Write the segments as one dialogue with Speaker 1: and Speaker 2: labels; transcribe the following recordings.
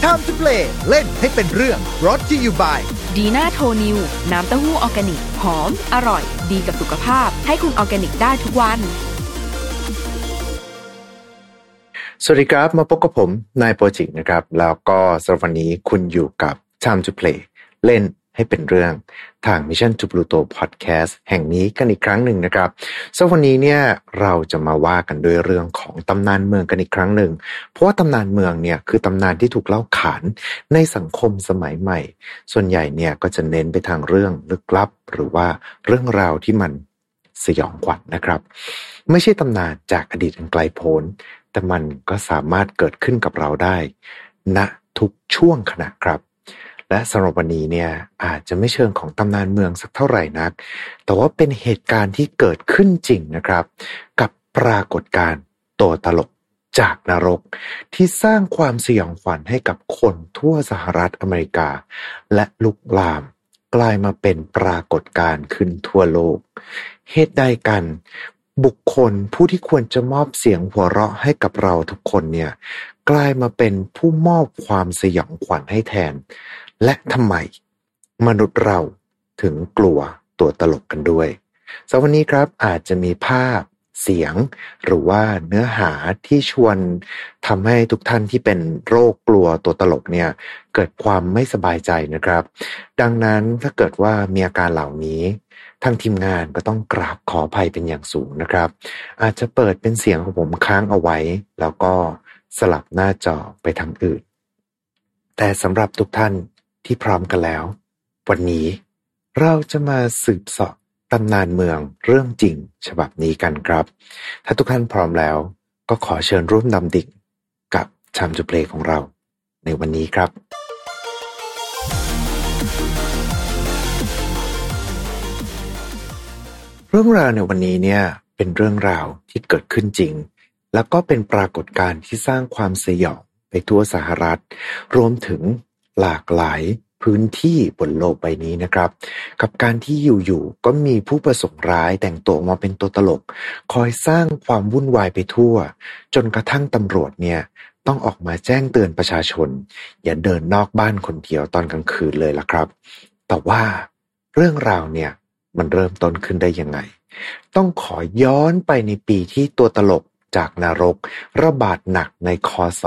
Speaker 1: Time to Play เล่นให้เป็นเรื่อง brought to you by
Speaker 2: ดีน่าโทนิวน้ำเต้าหู้ออร์แกนิกหอมอร่อยดีกับสุขภาพให้คุณออร์แกนิกได้ทุกวัน
Speaker 3: สวัสดีครับมาพบกับผมนายโปรจิกนะครับแล้วก็สำหรับวันนี้คุณอยู่กับ Time to Play เล่นให้เป็นเรื่องทาง Mission to Pluto Podcast แห่งนี้กันอีกครั้งหนึ่งนะครับสำหรับวันนี้เนี่ยเราจะมาว่ากันด้วยเรื่องของตำนานเมืองกันอีกครั้งหนึ่งเพราะว่าตำนานเมืองเนี่ยคือตำนานที่ถูกเล่าขานในสังคมสมัยใหม่ส่วนใหญ่เนี่ยก็จะเน้นไปทางเรื่องลึกลับหรือว่าเรื่องราวที่มันสยองขวัญนะครับไม่ใช่ตำนานจากอดีตอันไกลโพ้นแต่มันก็สามารถเกิดขึ้นกับเราได้ณทุกช่วงขณะครับและสำหรับวันนี้เนี่ยอาจจะไม่เชิงของตำนานเมืองสักเท่าไหร่นักแต่ว่าเป็นเหตุการณ์ที่เกิดขึ้นจริงนะครับกับปรากฏการณ์ตัวตลกจากนรกที่สร้างความสยองขวัญให้กับคนทั่วสหรัฐอเมริกาและลุกลามกลายมาเป็นปรากฏการณ์ขึ้นทั่วโลกเหตุใดกันบุคคลผู้ที่ควรจะมอบเสียงหัวเราะให้กับเราทุกคนเนี่ยกลายมาเป็นผู้มอบความสยองขวัญให้แทนและทำไมมนุษย์เราถึงกลัวตัวตลกกันด้วยสำหรับวันนี้ครับอาจจะมีภาพเสียงหรือว่าเนื้อหาที่ชวนทำให้ทุกท่านที่เป็นโรคกลัวตัวตลกเนี่ยเกิดความไม่สบายใจนะครับดังนั้นถ้าเกิดว่ามีอาการเหล่านี้ทางทีมงานก็ต้องกราบขออภัยเป็นอย่างสูงนะครับอาจจะเปิดเป็นเสียงของผมค้างเอาไว้แล้วก็สลับหน้าจอไปทางอื่นแต่สำหรับทุกท่านที่พร้อมกันแล้ววันนี้เราจะมาสืบเสาะตำนานเมืองเรื่องจริงฉบับนี้กันครับถ้าทุกท่านพร้อมแล้วก็ขอเชิญร่วมดำดิ่งกับ Time to Play ของเราในวันนี้ครับเรื่องราวในวันนี้เนี่ยเป็นเรื่องราวที่เกิดขึ้นจริงแล้วก็เป็นปรากฏการณ์ที่สร้างความสยองไปทั่วสหรัฐรวมถึงหลากหลายพื้นที่บนโลกใบนี้นะครับกับการที่อยู่ๆก็มีผู้ประสงค์ร้ายแต่งตัวมาเป็นตัวตลกคอยสร้างความวุ่นวายไปทั่วจนกระทั่งตำรวจเนี่ยต้องออกมาแจ้งเตือนประชาชนอย่าเดินนอกบ้านคนเดียวตอนกลางคืนเลยล่ะครับแต่ว่าเรื่องราวเนี่ยมันเริ่มต้นขึ้นได้ยังไงต้องขอย้อนไปในปีที่ตัวตลกจากนรกระบาดหนักในคศ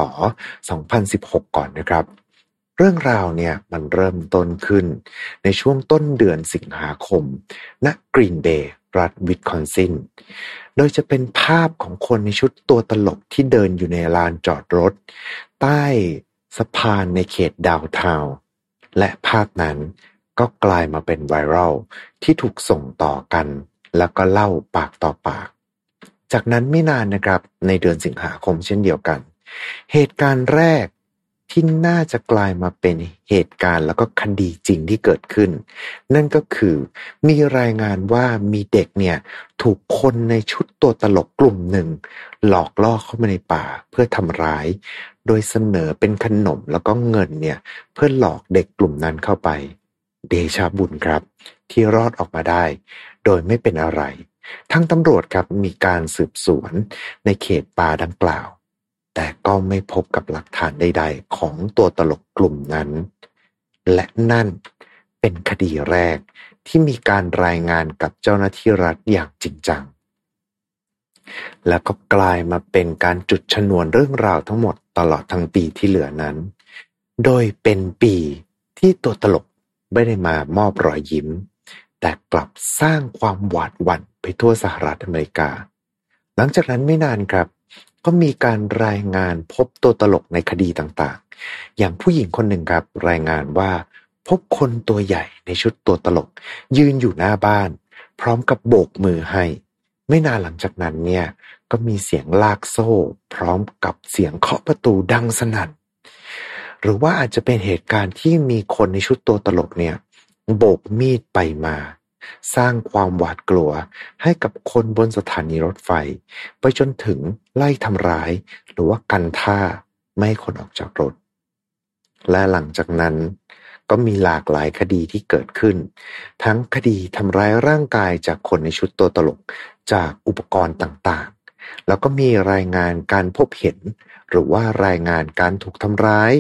Speaker 3: 2016ก่อนนะครับเรื่องราวเนี่ยมันเริ่มต้นขึ้นในช่วงต้นเดือนสิงหาคมณกรีนเบย์รัฐวิสคอนซินโดยจะเป็นภาพของคนในชุดตัวตลกที่เดินอยู่ในลานจอดรถใต้สะพานในเขตดาวน์ทาวน์และภาพนั้นก็กลายมาเป็นไวรัลที่ถูกส่งต่อกันแล้วก็เล่าปากต่อปากจากนั้นไม่นานนะครับในเดือนสิงหาคมเช่นเดียวกันเหตุการณ์แรกที่น่าจะกลายมาเป็นเหตุการณ์แล้วก็คดีจริงที่เกิดขึ้นนั่นก็คือมีรายงานว่ามีเด็กเนี่ยถูกคนในชุดตัวตลกกลุ่มหนึ่งหลอกล่อเข้ามาในป่าเพื่อทำร้ายโดยเสนอเป็นขนมแล้วก็เงินเนี่ยเพื่อหลอกเด็กกลุ่มนั้นเข้าไปเดชะบุญครับที่รอดออกมาได้โดยไม่เป็นอะไรทางตำรวจครับมีการสืบสวนในเขตป่าดังกล่าวแต่ก็ไม่พบกับหลักฐานใดๆของตัวตลกกลุ่มนั้นและนั่นเป็นคดีแรกที่มีการรายงานกับเจ้าหน้าที่รัฐอย่างจริงจังแล้วก็กลายมาเป็นการจุดชนวนเรื่องราวทั้งหมดตลอดทั้งปีที่เหลือนั้นโดยเป็นปีที่ตัวตลกไม่ได้มามอบรอยยิ้มแต่กลับสร้างความหวาดหวั่นไปทั่วสหรัฐอเมริกาหลังจากนั้นไม่นานครับก็มีการรายงานพบตัวตลกในคดีต่างๆอย่างผู้หญิงคนหนึ่งครับรายงานว่าพบคนตัวใหญ่ในชุดตัวตลกยืนอยู่หน้าบ้านพร้อมกับโบกมือให้ไม่นานหลังจากนั้นเนี่ยก็มีเสียงลากโซ่พร้อมกับเสียงเคาะประตูดังสนั่นหรือว่าอาจจะเป็นเหตุการณ์ที่มีคนในชุดตัวตลกเนี่ยโบกมีดไปมาสร้างความหวาดกลัวให้กับคนบนสถานีรถไฟไปจนถึงไล่ทำร้ายหรือว่ากันท่าไม่ให้คนออกจากรถและหลังจากนั้นก็มีหลากหลายคดีที่เกิดขึ้นทั้งคดีทำร้ายร่างกายจากคนในชุดตัวตลกจากอุปกรณ์ต่างๆแล้วก็มีรายงานการพบเห็นหรือว่ารายงานการถูกทำร้าย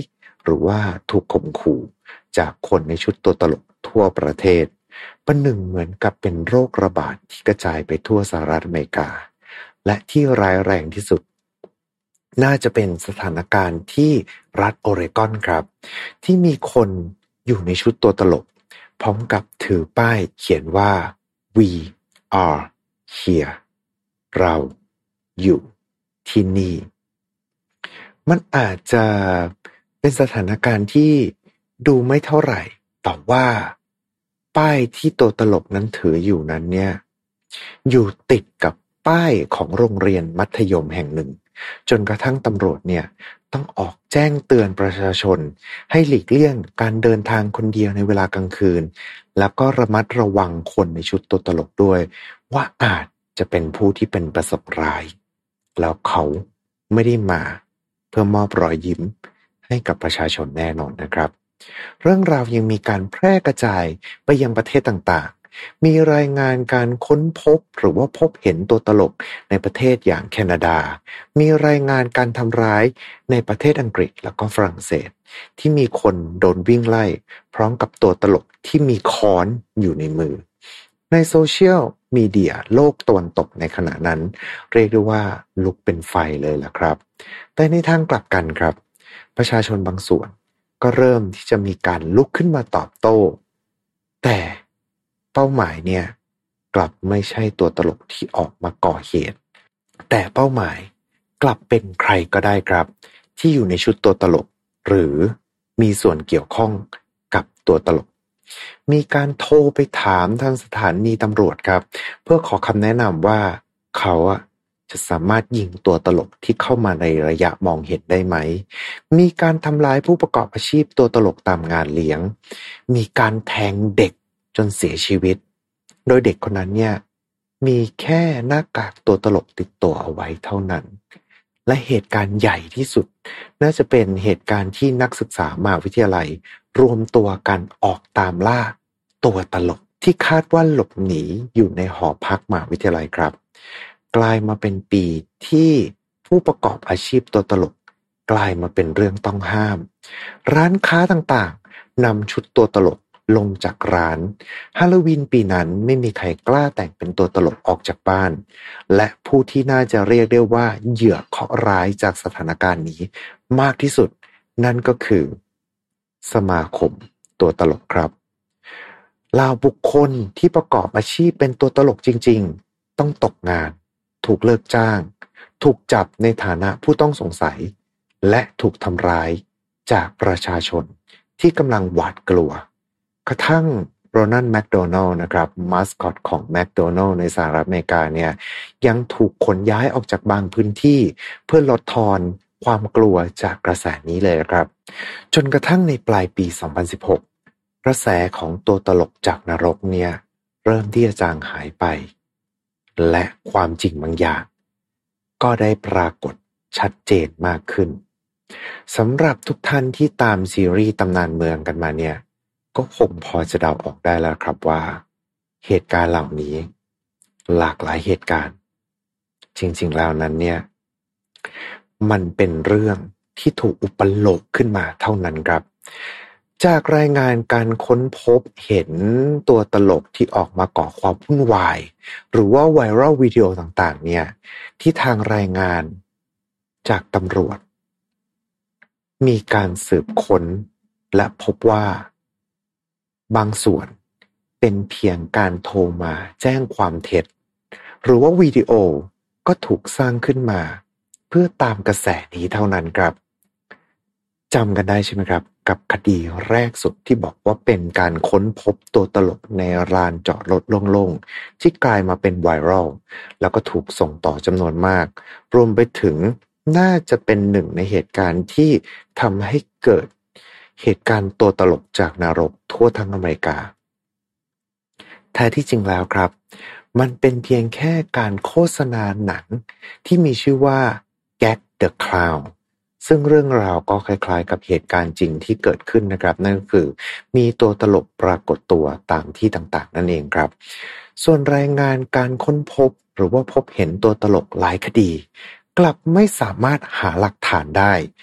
Speaker 3: หรือว่าถูกข่มขู่จากคนในชุดตัวตลกทั่วประเทศประหนึ่งเหมือนกับเป็นโรคระบาดที่กระจายไปทั่วสหรัฐอเมริกาและที่ร้ายแรงที่สุดน่าจะเป็นสถานการณ์ที่รัฐโอเรกอนครับที่มีคนอยู่ในชุดตัวตลกพร้อมกับถือป้ายเขียนว่า We are here เราอยู่ที่นี่มันอาจจะเป็นสถานการณ์ที่ดูไม่เท่าไหร่แต่ว่าป้ายที่ตัวตลกนั้นถืออยู่นั้นเนี่ยอยู่ติดกับป้ายของโรงเรียนมัธยมแห่งหนึ่งจนกระทั่งตำรวจเนี่ยต้องออกแจ้งเตือนประชาชนให้หลีกเลี่ยงการเดินทางคนเดียวในเวลากลางคืนแล้วก็ระมัดระวังคนในชุดตัวตลกด้วยว่าอาจจะเป็นผู้ที่เป็นประสบร้ายแล้วเขาไม่ได้มาเพื่อมอบรอยยิ้มให้กับประชาชนแน่นอนนะครับเรื่องราวยังมีการแพร่กระจายไปยังประเทศต่างๆมีรายงานการค้นพบหรือว่าพบเห็นตัวตลกในประเทศอย่างแคนาดามีรายงานการทำร้ายในประเทศอังกฤษแล้วก็ฝรั่งเศสที่มีคนโดนวิ่งไล่พร้อมกับตัวตลกที่มีค้อนอยู่ในมือในโซเชียลมีเดียโลกตะวันตกในขณะนั้นเรียกได้ว่าลุกเป็นไฟเลยล่ะครับแต่ในทางกลับกันครับประชาชนบางส่วนก็เริ่มที่จะมีการลุกขึ้นมาตอบโต้แต่เป้าหมายเนี่ยกลับไม่ใช่ตัวตลกที่ออกมาก่อเหตุแต่เป้าหมายกลับเป็นใครก็ได้ครับที่อยู่ในชุดตัวตลกหรือมีส่วนเกี่ยวข้องกับตัวตลกมีการโทรไปถามทางสถานีตำรวจครับเพื่อขอคำแนะนำว่าเขาจะสามารถยิงตัวตลกที่เข้ามาในระยะมองเห็นได้ไหมมีการทำร้ายผู้ประกอบอาชีพตัวตลกตามงานเลี้ยงมีการแทงเด็กจนเสียชีวิตโดยเด็กคนนั้นเนี่ยมีแค่หน้ากากตัวตลกติดตัวเอาไว้เท่านั้นและเหตุการณ์ใหญ่ที่สุดน่าจะเป็นเหตุการณ์ที่นักศึกษามหาวิทยาลัยรวมตัวกันออกตามล่าตัวตลกที่คาดว่าหลบหนีอยู่ในหอพักมหาวิทยาลัยครับกลายมาเป็นปีที่ผู้ประกอบอาชีพตัวตลกกลายมาเป็นเรื่องต้องห้ามร้านค้าต่างๆนำชุดตัวตลกลงจากร้านฮาโลวีนปีนั้นไม่มีใครกล้าแต่งเป็นตัวตลกออกจากบ้านและผู้ที่น่าจะเรียกได้ว่าเหยื่อเคราะห์ร้ายจากสถานการณ์นี้มากที่สุดนั่นก็คือสมาคมตัวตลกครับเหล่าบุคคลที่ประกอบอาชีพเป็นตัวตลกจริงๆต้องตกงานถูกเลิกจ้างถูกจับในฐานะผู้ต้องสงสัยและถูกทำร้ายจากประชาชนที่กำลังหวาดกลัวกระทั่งโรนัลด์แมคโดนัลด์นะครับมาสคอตของแมคโดนัลด์ในสหรัฐอเมริกาเนี่ยยังถูกขนย้ายออกจากบางพื้นที่เพื่อลดทอนความกลัวจากกระแสนี้เลยครับจนกระทั่งในปลายปี 2016 กระแสของตัวตลกจากนรกเนี่ยเริ่มที่จะจางหายไปและความจริงบางอย่างก็ได้ปรากฏชัดเจนมากขึ้นสำหรับทุกท่านที่ตามซีรีส์ตำนานเมืองกันมาเนี่ยก็คงพอจะเดาออกได้แล้วครับว่าเหตุการณ์เหล่านี้หลากหลายเหตุการณ์จริงๆแล้วนั้นเนี่ยมันเป็นเรื่องที่ถูกอุปโลกขึ้นมาเท่านั้นครับจากรายงานการค้นพบเห็นตัวตลกที่ออกมาก่อความวุ่นวายหรือว่าไวรัลวิดีโอต่างๆเนี่ยที่ทางรายงานจากตำรวจมีการสืบค้นและพบว่าบางส่วนเป็นเพียงการโทรมาแจ้งความเท็จหรือว่าวิดีโอก็ถูกสร้างขึ้นมาเพื่อตามกระแสนี้เท่านั้นครับจำกันได้ใช่ไหมครับกับคดีแรกสุดที่บอกว่าเป็นการค้นพบตัวตลกในลานจอดรถโล่งๆที่กลายมาเป็นไวรัลแล้วก็ถูกส่งต่อจำนวนมากรวมไปถึงน่าจะเป็นหนึ่งในเหตุการณ์ที่ทำให้เกิดเหตุการณ์ตัวตลกจากนรกทั่วทั้งอเมริกาแท้ที่จริงแล้วครับมันเป็นเพียงแค่การโฆษณาหนังที่มีชื่อว่า Get the Clown ซึ่งเรื่องราวก็คล้ายๆกับเหตุการณ์จริงที่เกิดขึ้นนะครับนั่นก็คือมีตัวตลกปรากฏตัวตามที่ต่างๆนั่นเองครับส่วนรายงานการค้นพบหรือว่าพบเห็นตัวตลกหลายคดีกลับไม่สามารถหาหลักฐานได้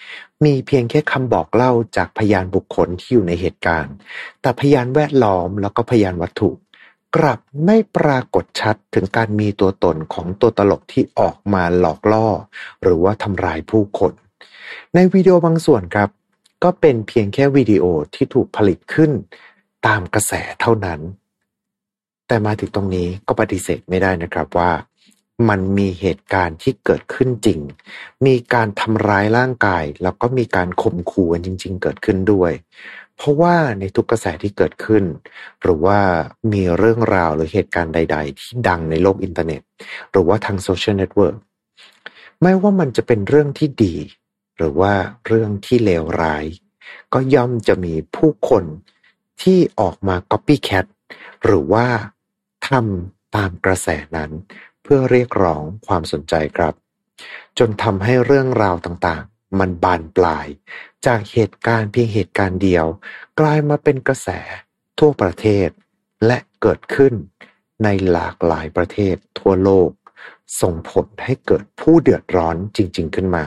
Speaker 3: มีเพียงแค่คำบอกเล่าจากพยานบุคคลที่อยู่ในเหตุการณ์แต่พยานแวดล้อมแล้วก็พยานวัตถุกลับไม่ปรากฏชัดถึงการมีตัวตนของตัวตลกที่ออกมาหลอกล่อหรือว่าทำร้ายผู้คนในวิดีโอบางส่วนครับก็เป็นเพียงแค่วิดีโอที่ถูกผลิตขึ้นตามกระแสเท่านั้นแต่มาถึงตรงนี้ก็ปฏิเสธไม่ได้นะครับว่ามันมีเหตุการณ์ที่เกิดขึ้นจริงมีการทำร้ายร่างกายแล้วก็มีการข่มขู่กันจริงๆเกิดขึ้นด้วยเพราะว่าในทุกกระแสที่เกิดขึ้นหรือว่ามีเรื่องราวหรือเหตุการณ์ใดๆที่ดังในโลกอินเทอร์เน็ตหรือว่าทางโซเชียลเน็ตเวิร์กไม่ว่ามันจะเป็นเรื่องที่ดีหรือว่าเรื่องที่เลวร้ายก็ย่อมจะมีผู้คนที่ออกมา copycat หรือว่าทำตามกระแสนั้นเพื่อเรียกร้องความสนใจครับจนทำให้เรื่องราวต่างๆมันบานปลายจากเหตุการณ์เพียงเหตุการณ์เดียวกลายมาเป็นกระแสทั่วประเทศและเกิดขึ้นในหลากหลายประเทศทั่วโลกส่งผลให้เกิดผู้เดือดร้อนจริงๆขึ้นมา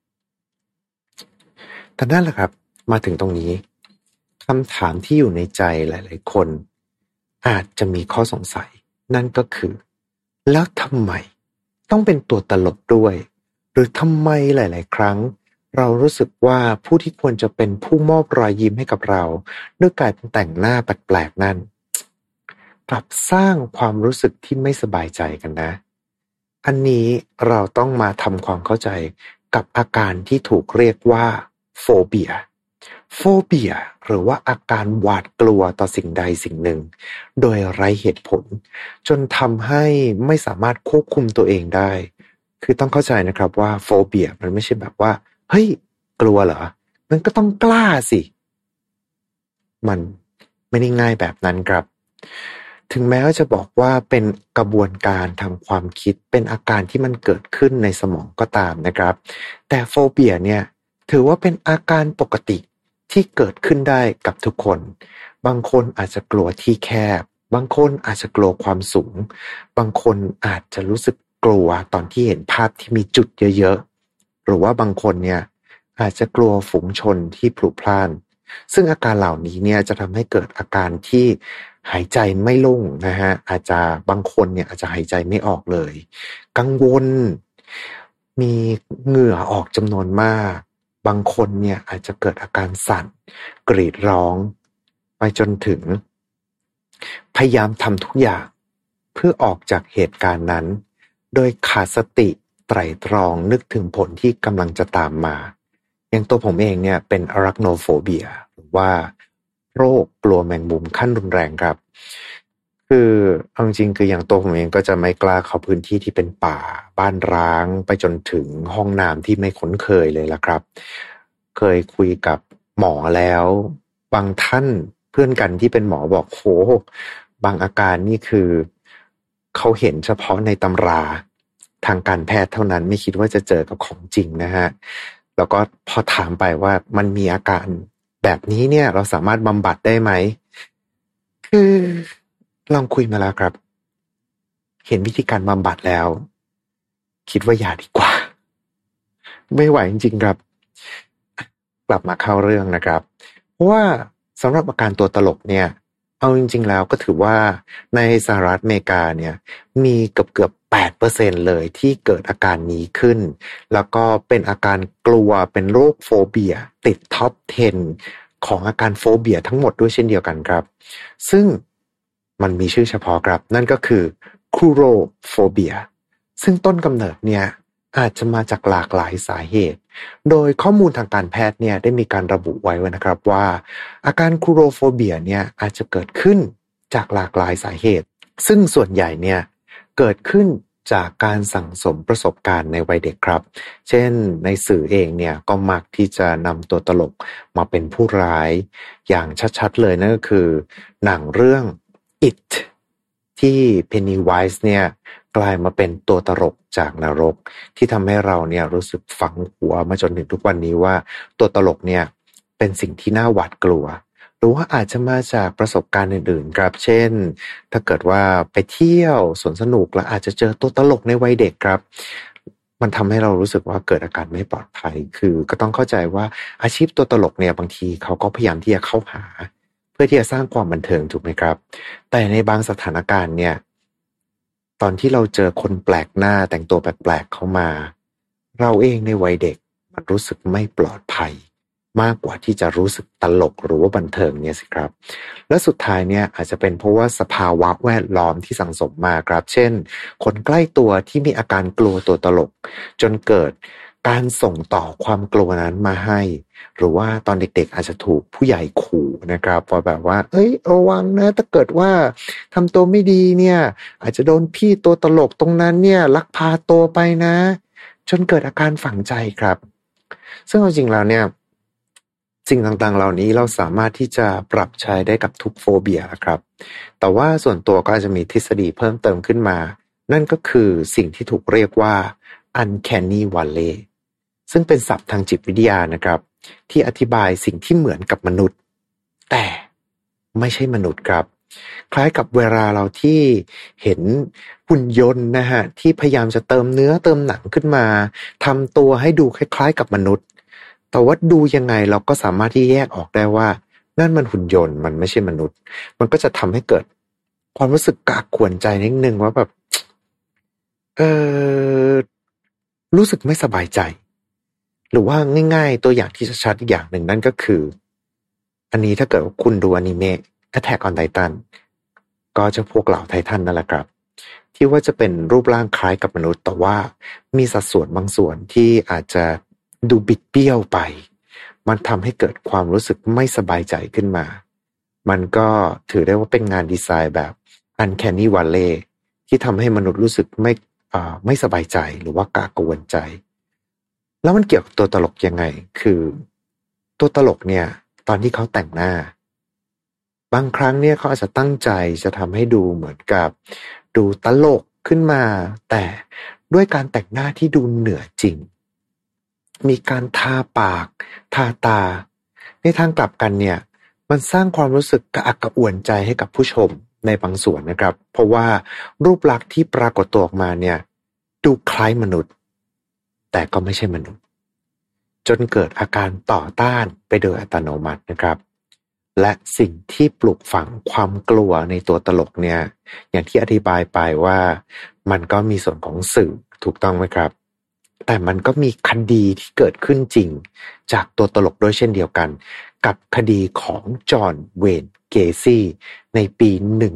Speaker 3: แต่นั่นแหละครับมาถึงตรงนี้คำถามที่อยู่ในใจหลายๆคนอาจจะมีข้อสงสัยนั่นก็คือแล้วทำไมต้องเป็นตัวตลกด้วยหรือทำไมหลายๆครั้งเรารู้สึกว่าผู้ที่ควรจะเป็นผู้มอบรอยยิ้มให้กับเราด้วยการแต่งหน้าแปลกๆนั่นกลับสร้างความรู้สึกที่ไม่สบายใจกันนะอันนี้เราต้องมาทำความเข้าใจกับอาการที่ถูกเรียกว่าโฟเบียหรือว่าอาการหวาดกลัวต่อสิ่งใดสิ่งหนึ่งโดยไร้เหตุผลจนทำให้ไม่สามารถควบคุมตัวเองได้คือต้องเข้าใจนะครับว่าโฟเบียมันไม่ใช่แบบว่าเฮ้ยกลัวเหรอมันก็ต้องกล้าสิมันไม่ได้ง่ายแบบนั้นครับถึงแม้ว่าจะบอกว่าเป็นกระบวนการทางความคิดเป็นอาการที่มันเกิดขึ้นในสมองก็ตามนะครับแต่โฟเบียเนี่ยถือว่าเป็นอาการปกติที่เกิดขึ้นได้กับทุกคนบางคนอาจจะกลัวที่แคบบางคนอาจจะกลัวความสูงบางคนอาจจะรู้สึกกลัวตอนที่เห็นภาพที่มีจุดเยอะๆหรือว่าบางคนเนี่ยอาจจะกลัวฝูงชนที่พลุกพล่านซึ่งอาการเหล่านี้เนี่ยจะทำให้เกิดอาการที่หายใจไม่โล่งนะฮะอาจจะบางคนเนี่ยอาจจะหายใจไม่ออกเลยกังวลมีเหงื่อออกจำนวนมากบางคนเนี่ยอาจจะเกิดอาการสั่นกรีดร้องไปจนถึงพยายามทำทุกอย่างเพื่อออกจากเหตุการณ์นั้นโดยขาดสติไตร่ตรองนึกถึงผลที่กำลังจะตามมาอย่างตัวผมเองเนี่ยเป็นอารัคโนโฟเบียหรือว่าโรคกลัวแมงมุมขั้นรุนแรงครับคือเอาจริงคืออย่างตัวผมเองก็จะไม่กล้าเข้าพื้นที่ที่เป็นป่าบ้านร้างไปจนถึงห้องน้ำที่ไม่คุ้นเคยเลยล่ะครับเคยคุยกับหมอแล้วบางท่านเพื่อนกันที่เป็นหมอบอกโหบางอาการนี่คือเขาเห็นเฉพาะในตำราทางการแพทย์เท่านั้นไม่คิดว่าจะเจอกับของจริงนะฮะแล้วก็พอถามไปว่ามันมีอาการแบบนี้เนี่ยเราสามารถบำบัดได้ไหมคือลองคุยมาแล้วครับเห็นวิธีการบำบัดแล้วคิดว่าอย่าดีกว่าไม่ไหวจริงๆครับกลับมาเข้าเรื่องนะครับเพราะว่าสำหรับอาการตัวตลกเนี่ยเอาจริงๆแล้วก็ถือว่าในสหรัฐอเมริกาเนี่ยมีเกือบ 8% เลยที่เกิดอาการนี้ขึ้นแล้วก็เป็นอาการกลัวเป็นโรคโฟเบียติดท็อป 10 ของอาการโฟเบียทั้งหมดด้วยเช่นเดียวกันครับซึ่งมันมีชื่อเฉพาะครับนั่นก็คือคูโรโฟเบียซึ่งต้นกำเนิดเนี่ยอาจจะมาจากหลากหลายสาเหตุโดยข้อมูลทางการแพทย์เนี่ยได้มีการระบุไว้นะครับว่าอาการคูโรโฟเบียเนี่ยอาจจะเกิดขึ้นจากหลากหลายสาเหตุซึ่งส่วนใหญ่เนี่ยเกิดขึ้นจากการสั่งสมประสบการณ์ในวัยเด็กครับเช่นในสื่อเองเนี่ยก็มักที่จะนำตัวตลกมาเป็นผู้ร้ายอย่างชัดๆเลยนั่นก็คือหนังเรื่อง It ที่ Pennywise เนี่ยกลายมาเป็นตัวตลกจากนรกที่ทำให้เราเนี่ยรู้สึกฝังหัวมาจนถึงทุกวันนี้ว่าตัวตลกเนี่ยเป็นสิ่งที่น่าหวาดกลัวหรือว่าอาจจะมาจากประสบการณ์อื่นๆครับเช่นถ้าเกิดว่าไปเที่ยวสวนสนุกแล้วอาจจะเจอตัวตลกในวัยเด็กครับมันทำให้เรารู้สึกว่าเกิดอาการไม่ปลอดภัยคือก็ต้องเข้าใจว่าอาชีพตัวตลกเนี่ยบางทีเขาก็พยายามที่จะเข้าหาเพื่อที่จะสร้างความบันเทิงถูกไหมครับแต่ในบางสถานการณ์เนี่ยตอนที่เราเจอคนแปลกหน้าแต่งตัวแปลกๆเข้ามาเราเองในวัยเด็กมันรู้สึกไม่ปลอดภัยมากกว่าที่จะรู้สึกตลกหรือว่าบันเทิงเนี่ยสิครับและสุดท้ายเนี่ยอาจจะเป็นเพราะว่าสภาวะแวดล้อมที่สังสมมาครับเช่นคนใกล้ตัวที่มีอาการกลัวตัวตลกจนเกิดการส่งต่อความกลัวนั้นมาให้หรือว่าตอนเด็กๆอาจจะถูกผู้ใหญ่ขู่นะครับว่าแบบว่าเอ้ยระวังนะถ้าเกิดว่าทำตัวไม่ดีเนี่ยอาจจะโดนพี่ตัวตลกตรงนั้นเนี่ยลักพาตัวไปนะจนเกิดอาการฝังใจครับซึ่งเอาจริงแล้วเนี่ยสิ่งต่างๆเหล่านี้เราสามารถที่จะปรับใช้ได้กับทุกโฟเบียครับแต่ว่าส่วนตัวก็อาจจะมีทฤษฎีเพิ่มเติมขึ้นมานั่นก็คือสิ่งที่ถูกเรียกว่า uncanny valley ซึ่งเป็นศัพท์ทางจิตวิทยานะครับที่อธิบายสิ่งที่เหมือนกับมนุษย์แต่ไม่ใช่มนุษย์ครับคล้ายกับเวลาเราที่เห็นหุ่นยนต์นะฮะที่พยายามจะเติมเนื้อเติมหนังขึ้นมาทำตัวให้ดูคล้ายๆกับมนุษย์แต่ว่าดูยังไงเราก็สามารถที่แยกออกได้ว่านั่นมันหุ่นยนต์มันไม่ใช่มนุษย์มันก็จะทำให้เกิดความรู้สึกกากขวนใจนิดนึงว่าแบบรู้สึกไม่สบายใจหรือว่าง่ายๆตัวอย่างที่ชัดๆอีกอย่างหนึ่งนั่นก็คืออันนี้ถ้าเกิดว่าคุณดูอนิเมะ Attack on Titan ก็จะพวกเหล่าไททันนั่นแหละครับที่ว่าจะเป็นรูปร่างคล้ายกับมนุษย์แต่ว่ามีสัดส่วนบางส่วนที่อาจจะดูบิดเบี้ยวไปมันทำให้เกิดความรู้สึกไม่สบายใจขึ้นมามันก็ถือได้ว่าเป็นงานดีไซน์แบบ Uncanny Valley ที่ทำให้มนุษย์รู้สึกไม่สบายใจหรือว่ากากวนใจแล้วมันเกี่ยวกับตัวตลกยังไงคือตัวตลกเนี่ยตอนที่เขาแต่งหน้าบางครั้งเนี่ยเขาอาจจะตั้งใจจะทำให้ดูเหมือนกับดูตลกขึ้นมาแต่ด้วยการแต่งหน้าที่ดูเหนือจริงมีการทาปากทาตาในทางกลับกันเนี่ยมันสร้างความรู้สึกกระอักกระอ่วนใจให้กับผู้ชมในบางส่วนนะครับเพราะว่ารูปลักษณ์ที่ปรากฏตัวออกมาเนี่ยดูคล้ายมนุษย์แต่ก็ไม่ใช่มนุษย์จนเกิดอาการต่อต้านไปโดยอัตโนมัตินะครับและสิ่งที่ปลูกฝังความกลัวในตัวตลกเนี่ยอย่างที่อธิบายไปว่ามันก็มีส่วนของสื่อถูกต้องไหมครับแต่มันก็มีคดีที่เกิดขึ้นจริงจากตัวตลกด้วยเช่นเดียวกันกับคดีของจอห์นเวนเกซี่ในปี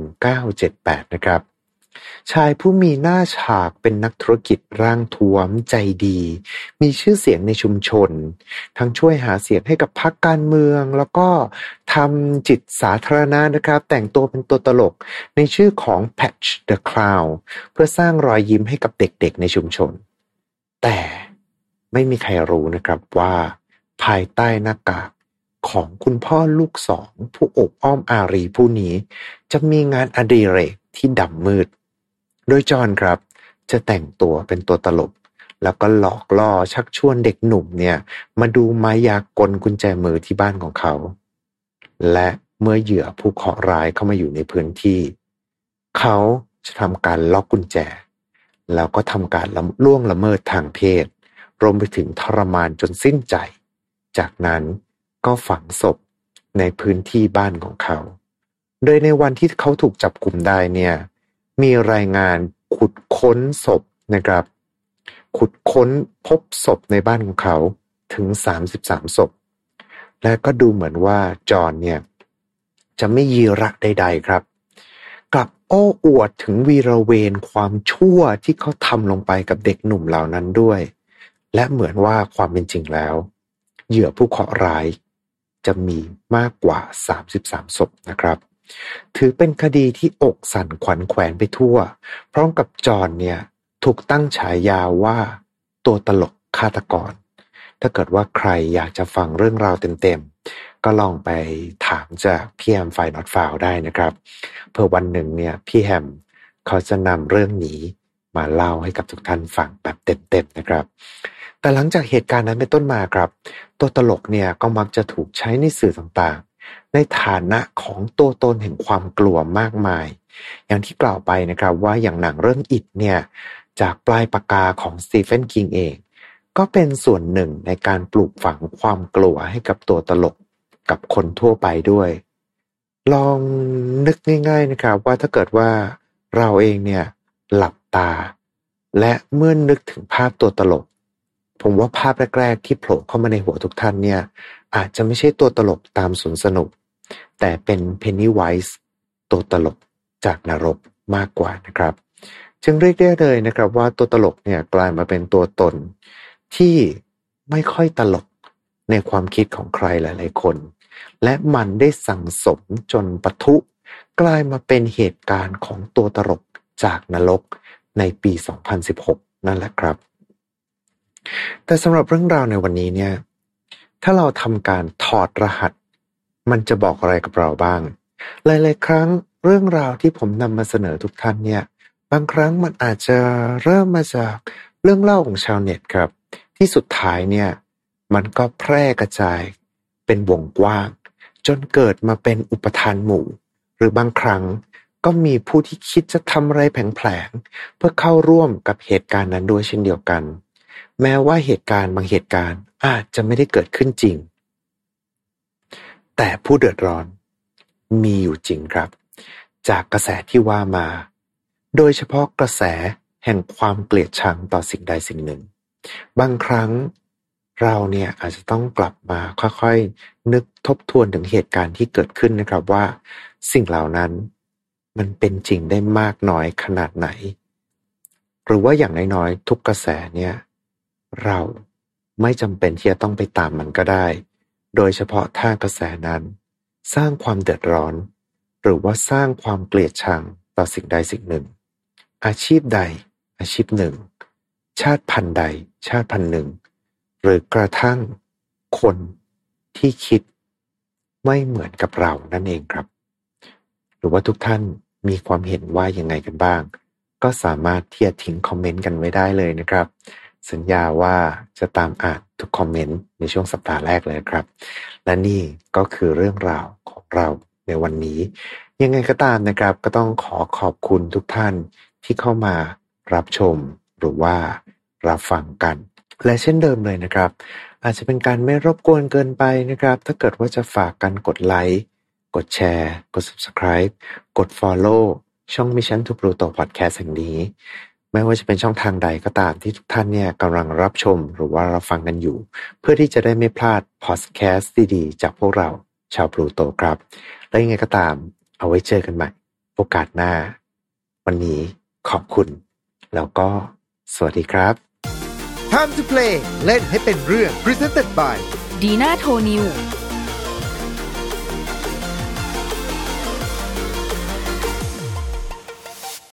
Speaker 3: 1978นะครับชายผู้มีหน้าฉากเป็นนักธุรกิจร่างท้วมใจดีมีชื่อเสียงในชุมชนทั้งช่วยหาเสียงให้กับพรรคการเมืองแล้วก็ทำจิตสาธารณะนะครับแต่งตัวเป็นตัวตลกในชื่อของ Patch the Clown เพื่อสร้างรอยยิ้มให้กับเด็กๆในชุมชนแต่ไม่มีใครรู้นะครับว่าภายใต้หน้ากากของคุณพ่อลูกสองผู้อบอ้อมอารีผู้นี้จะมีงานอดิเรกที่ดำมืดโดยจอห์นครับจะแต่งตัวเป็นตัวตลกแล้วก็หลอกล่อชักชวนเด็กหนุ่มเนี่ยมาดูมายากลกุญแจมือที่บ้านของเขาและเมื่อเหยื่อผู้เคราะห์ร้ายเข้ามาอยู่ในพื้นที่เขาจะทำการล็อกกุญแจแล้วก็ทำการล่วงละเมิดทางเพศรวมไปถึงทรมานจนสิ้นใจจากนั้นก็ฝังศพในพื้นที่บ้านของเขาโดยในวันที่เขาถูกจับกุมได้เนี่ยมีรายงานขุดค้นศพนะครับขุดค้นพบศพในบ้านของเขาถึง33ศพและก็ดูเหมือนว่าจอห์นเนี่ยจะไม่ยีระใดๆครับกลับโอ้อวดถึงวีรเวรความชั่วที่เขาทำลงไปกับเด็กหนุ่มเหล่านั้นด้วยและเหมือนว่าความเป็นจริงแล้วเหยื่อผู้เคราะห์ร้ายจะมีมากกว่า33ศพนะครับถือเป็นคดีที่อกสั่นขวัญแขวนไปทั่วพร้อมกับจอห์นเนี่ยถูกตั้งฉายาว่าตัวตลกฆาตกรถ้าเกิดว่าใครอยากจะฟังเรื่องราวเต็มๆก็ลองไปถามจากพี่แฮมไฟน์น็อตฟาวได้นะครับเพื่อวันหนึ่งเนี่ยพี่แฮมเขาจะนำเรื่องนี้มาเล่าให้กับทุกท่านฟังแบบเต็มๆนะครับแต่หลังจากเหตุการณ์นั้นเป็นต้นมาครับตัวตลกเนี่ยก็มักจะถูกใช้ในสื่อต่างๆในฐานะของตัวตนแห่งความกลัวมากมายอย่างที่กล่าวไปนะครับว่าอย่างหนังเรื่อง It เนี่ยจากปลายปากกาของสตีเฟนคิงเองก็เป็นส่วนหนึ่งในการปลูกฝังความกลัวให้กับตัวตลกกับคนทั่วไปด้วยลองนึกง่ายๆนะครับว่าถ้าเกิดว่าเราเองเนี่ยหลับตาและเมื่อนึกถึงภาพตัวตลกผมว่าภาพแรกๆที่โผล่เข้ามาในหัวทุกท่านเนี่ยอาจจะไม่ใช่ตัวตลกตามสวนสนุกแต่เป็นเพนนีไวส์ตัวตลกจากนรกมากกว่านะครับจึงเรียกได้เลยนะครับว่าตัวตลกเนี่ยกลายมาเป็นตัวตนที่ไม่ค่อยตลกในความคิดของใครหลายๆคนและมันได้สั่งสมจนปะทุกลายมาเป็นเหตุการณ์ของตัวตลกจากนรกในปี 2016 นั่นแหละครับแต่สำหรับเรื่องราวในวันนี้เนี่ยถ้าเราทำการถอดรหัสมันจะบอกอะไรกับเราบ้างหลายๆครั้งเรื่องราวที่ผมนำมาเสนอทุกท่านเนี่ยบางครั้งมันอาจจะเริ่มมาจากเรื่องเล่าของชาวเน็ตครับที่สุดท้ายเนี่ยมันก็แพร่กระจายเป็นวงกว้างจนเกิดมาเป็นอุปทานหมู่หรือบางครั้งก็มีผู้ที่คิดจะทำอะไรแผลงๆเพื่อเข้าร่วมกับเหตุการณ์นั้นด้วยเช่นเดียวกันแม้ว่าเหตุการณ์บางเหตุการณ์อาจจะไม่ได้เกิดขึ้นจริงแต่ผู้เดือดร้อนมีอยู่จริงครับจากกระแสที่ว่ามาโดยเฉพาะกระแสแห่งความเกลียดชังต่อสิ่งใดสิ่งหนึ่งบางครั้งเราเนี่ยอาจจะต้องกลับมาค่อยๆนึกทบทวนถึงเหตุการณ์ที่เกิดขึ้นนะครับว่าสิ่งเหล่านั้นมันเป็นจริงได้มากน้อยขนาดไหนหรือว่าอย่างน้อยๆทุกกระแสเนี่ยเราไม่จำเป็นที่จะต้องไปตามมันก็ได้โดยเฉพาะถ้ากระแสนั้นสร้างความเดือดร้อนหรือว่าสร้างความเกลียดชังต่อสิ่งใดสิ่งหนึ่งอาชีพใดอาชีพหนึ่งชาติพันธุ์ใดชาติพันธุ์หนึ่งหรือกระทั่งคนที่คิดไม่เหมือนกับเรานั่นเองครับหรือว่าทุกท่านมีความเห็นว่ายังไงกันบ้างก็สามารถที่จะทิ้งคอมเมนต์กันไว้ได้เลยนะครับสัญญาว่าจะตามอ่านทุกคอมเมนต์ในช่วงสัปดาห์แรกเลยครับและนี่ก็คือเรื่องราวของเราในวันนี้ยังไงก็ตามนะครับก็ต้องขอบคุณทุกท่านที่เข้ามารับชมหรือว่ารับฟังกันและเช่นเดิมเลยนะครับอาจจะเป็นการไม่รบกวนเกินไปนะครับถ้าเกิดว่าจะฝากกันกดไลค์กดแชร์กด Subscribe กด Follow ช่อง Mission to Pluto Podcast แห่งนี้ไม่ว่าจะเป็นช่องทางใดก็ตามที่ทุกท่านเนี่ยกำลังรับชมหรือว่ารับฟังกันอยู่เพื่อที่จะได้ไม่พลาด Podcast ดีๆจากพวกเราชาวพลูโตครับและยังไงก็ตามเอาไว้เจอกันใหม่โอกาสหน้าวันนี้ขอบคุณแล้วก็สวัสดีครับ
Speaker 1: Time to play เล่นให้เป็นเรื่อง Presented by
Speaker 2: ดีน่าโทนิว